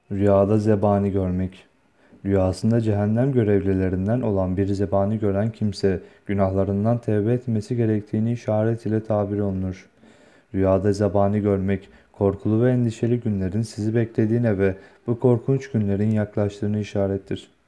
Rüyada zebani görmek. Rüyasında cehennem görevlilerinden olan bir zebani gören kimse günahlarından tevbe etmesi gerektiğini işaret ile tabir olunur. Rüyada zebani görmek, korkulu ve endişeli günlerin sizi beklediğine ve bu korkunç günlerin yaklaştığını işarettir.